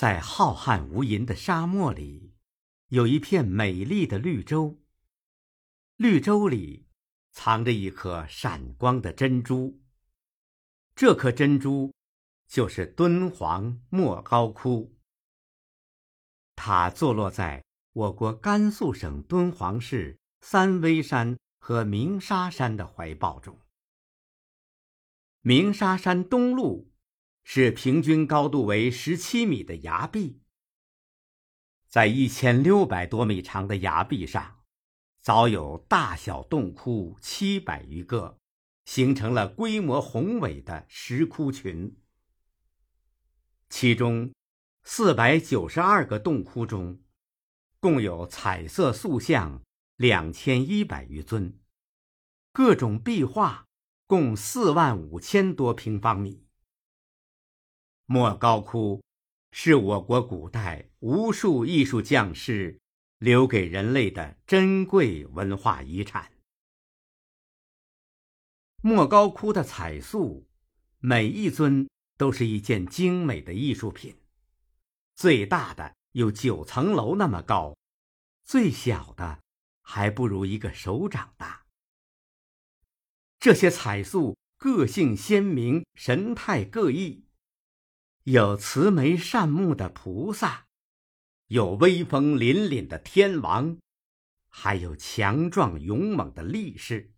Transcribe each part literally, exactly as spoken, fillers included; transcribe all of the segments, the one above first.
在浩瀚无垠的沙漠里，有一片美丽的绿洲。绿洲里藏着一颗闪光的珍珠，这颗珍珠就是敦煌莫高窟。它坐落在我国甘肃省敦煌市三危山和鸣沙山的怀抱中。鸣沙山东麓是平均高度为十七米的崖壁，在一千六百多米长的崖壁上，早有大小洞窟七百余个，形成了规模宏伟的石窟群。其中四百九十二个洞窟中，共有彩色塑像两千一百余尊，各种壁画共四万五千多平方米。莫高窟是我国古代无数艺术匠师留给人类的珍贵文化遗产。莫高窟的彩塑，每一尊都是一件精美的艺术品，最大的有九层楼那么高，最小的还不如一个手掌大。这些彩塑个性鲜明，神态各异，有慈眉善目的菩萨，有威风凛凛的天王，还有强壮勇猛的力士。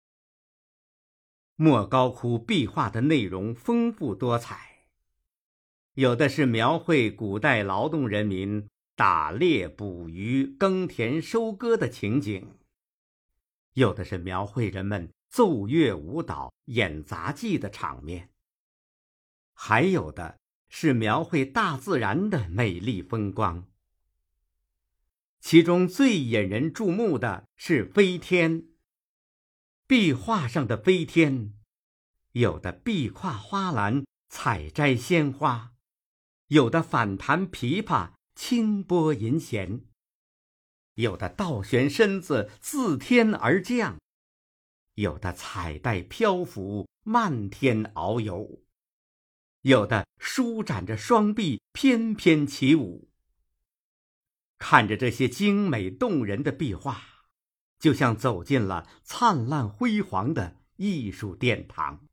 莫高窟壁画的内容丰富多彩，有的是描绘古代劳动人民打猎捕鱼耕田收割的情景，有的是描绘人们奏乐舞蹈演杂技的场面，还有的是描绘大自然的美丽风光。其中最引人注目的是飞天。壁画上的飞天，有的壁跨花篮采摘鲜花，有的反弹琵琶轻拨银弦，有的倒悬身子自天而降，有的彩带漂浮漫天遨游，有的舒展着双臂翩翩起舞。看着这些精美动人的壁画，就像走进了灿烂辉煌的艺术殿堂。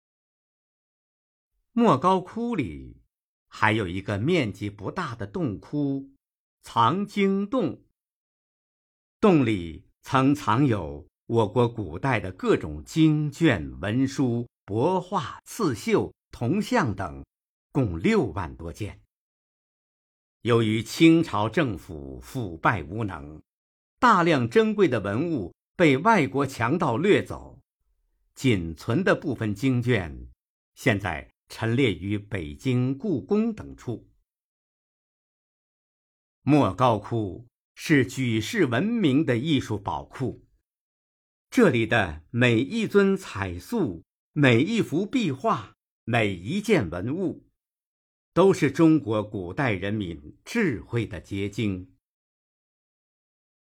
莫高窟里还有一个面积不大的洞窟——藏经洞。洞里曾藏有我国古代的各种经卷、文书、帛画、刺绣、铜像等，共六万多件。由于清朝政府腐败无能，大量珍贵的文物被外国强盗掠走，仅存的部分经卷现在陈列于北京故宫等处。莫高窟是举世闻名的艺术宝库，这里的每一尊彩塑，每一幅壁画，每一件文物，都是中国古代人民智慧的结晶。